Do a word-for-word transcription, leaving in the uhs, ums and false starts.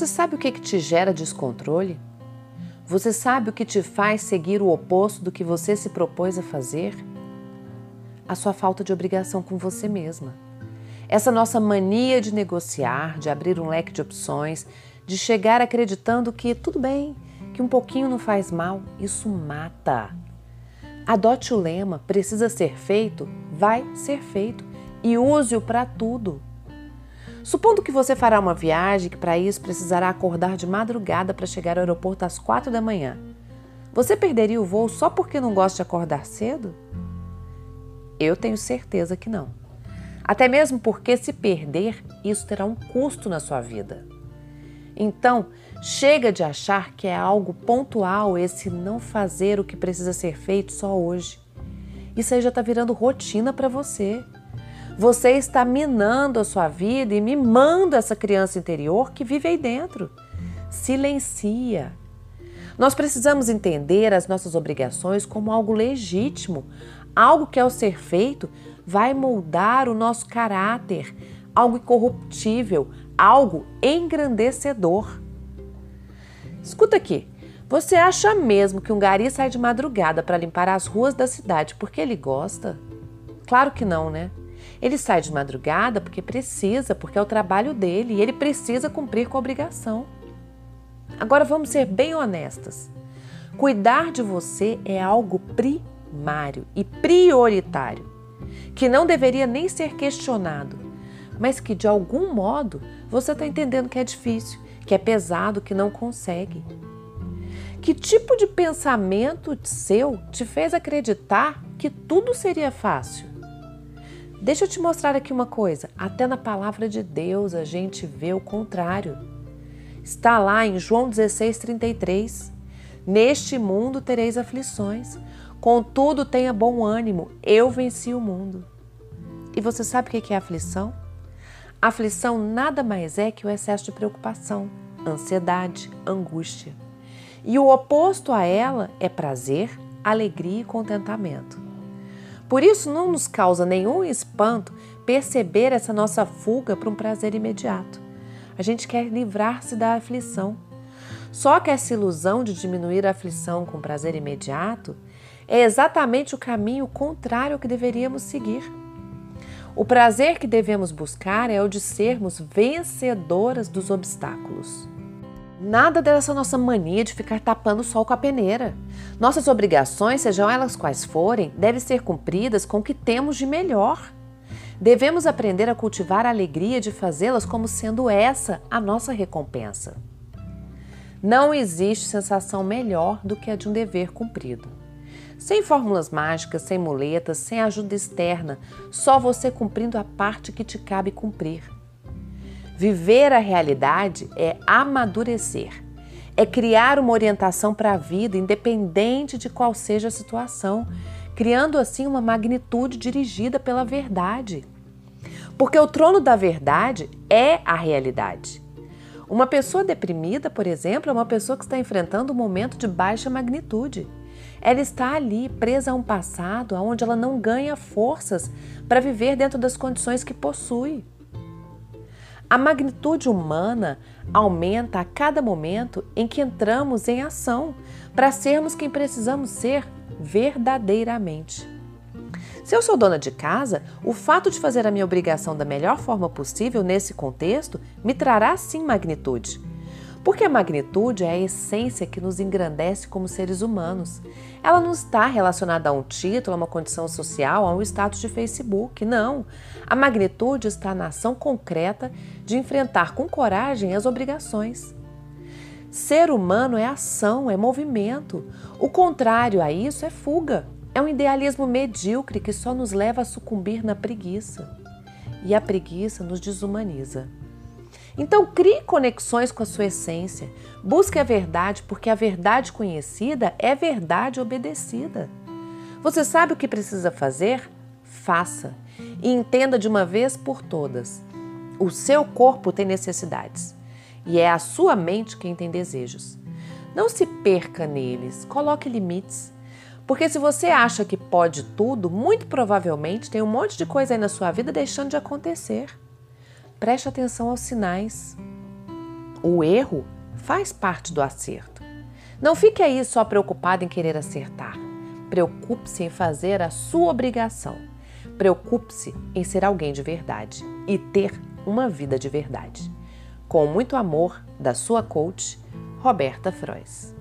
Você sabe o que que te gera descontrole? Você sabe o que te faz seguir o oposto do que você se propôs a fazer? A sua falta de obrigação com você mesma. Essa nossa mania de negociar, de abrir um leque de opções, de chegar acreditando que tudo bem, que um pouquinho não faz mal, isso mata. Adote o lema, precisa ser feito, vai ser feito e use-o para tudo. Supondo que você fará uma viagem que para isso precisará acordar de madrugada para chegar ao aeroporto às quatro da manhã. Você perderia o voo só porque não gosta de acordar cedo? Eu tenho certeza que não. Até mesmo porque se perder, isso terá um custo na sua vida. Então, chega de achar que é algo pontual esse não fazer o que precisa ser feito só hoje. Isso aí já está virando rotina para você. Você está minando a sua vida e mimando essa criança interior que vive aí dentro. Silencia. Nós precisamos entender as nossas obrigações como algo legítimo, algo que ao ser feito vai moldar o nosso caráter, algo incorruptível, algo engrandecedor. Escuta aqui, você acha mesmo que um gari sai de madrugada para limpar as ruas da cidade porque ele gosta? Claro que não, né? Ele sai de madrugada porque precisa, porque é o trabalho dele e ele precisa cumprir com a obrigação. Agora vamos ser bem honestas. Cuidar de você é algo primário e prioritário, que não deveria nem ser questionado, mas que de algum modo você está entendendo que é difícil, que é pesado, que não consegue. Que tipo de pensamento seu te fez acreditar que tudo seria fácil? Deixa eu te mostrar aqui uma coisa, até na palavra de Deus a gente vê o contrário. Está lá em João dezesseis, trinta e três. Neste mundo tereis aflições, contudo tenha bom ânimo, eu venci o mundo. E você sabe o que é aflição? Aflição nada mais é que o excesso de preocupação, ansiedade, angústia. E o oposto a ela é prazer, alegria e contentamento. Por isso não nos causa nenhum espanto perceber essa nossa fuga para um prazer imediato. A gente quer livrar-se da aflição. Só que essa ilusão de diminuir a aflição com prazer imediato é exatamente o caminho contrário ao que deveríamos seguir. O prazer que devemos buscar é o de sermos vencedoras dos obstáculos. Nada dessa nossa mania de ficar tapando o sol com a peneira. Nossas obrigações, sejam elas quais forem, devem ser cumpridas com o que temos de melhor. Devemos aprender a cultivar a alegria de fazê-las como sendo essa a nossa recompensa. Não existe sensação melhor do que a de um dever cumprido. Sem fórmulas mágicas, sem muletas, sem ajuda externa, só você cumprindo a parte que te cabe cumprir. Viver a realidade é amadurecer, é criar uma orientação para a vida independente de qual seja a situação, criando assim uma magnitude dirigida pela verdade. Porque o trono da verdade é a realidade. Uma pessoa deprimida, por exemplo, é uma pessoa que está enfrentando um momento de baixa magnitude. Ela está ali presa a um passado onde ela não ganha forças para viver dentro das condições que possui. A magnitude humana aumenta a cada momento em que entramos em ação para sermos quem precisamos ser verdadeiramente. Se eu sou dona de casa, o fato de fazer a minha obrigação da melhor forma possível nesse contexto me trará sim magnitude. Porque a magnitude é a essência que nos engrandece como seres humanos. Ela não está relacionada a um título, a uma condição social, a um status de Facebook, não. A magnitude está na ação concreta de enfrentar com coragem as obrigações. Ser humano é ação, é movimento. O contrário a isso é fuga. É um idealismo medíocre que só nos leva a sucumbir na preguiça. E a preguiça nos desumaniza. Então, crie conexões com a sua essência. Busque a verdade, porque a verdade conhecida é verdade obedecida. Você sabe o que precisa fazer? Faça. E entenda de uma vez por todas. O seu corpo tem necessidades. E é a sua mente quem tem desejos. Não se perca neles. Coloque limites. Porque se você acha que pode tudo, muito provavelmente tem um monte de coisa aí na sua vida deixando de acontecer. Preste atenção aos sinais. O erro faz parte do acerto. Não fique aí só preocupado em querer acertar. Preocupe-se em fazer a sua obrigação. Preocupe-se em ser alguém de verdade e ter uma vida de verdade. Com muito amor, da sua coach, Roberta Frois.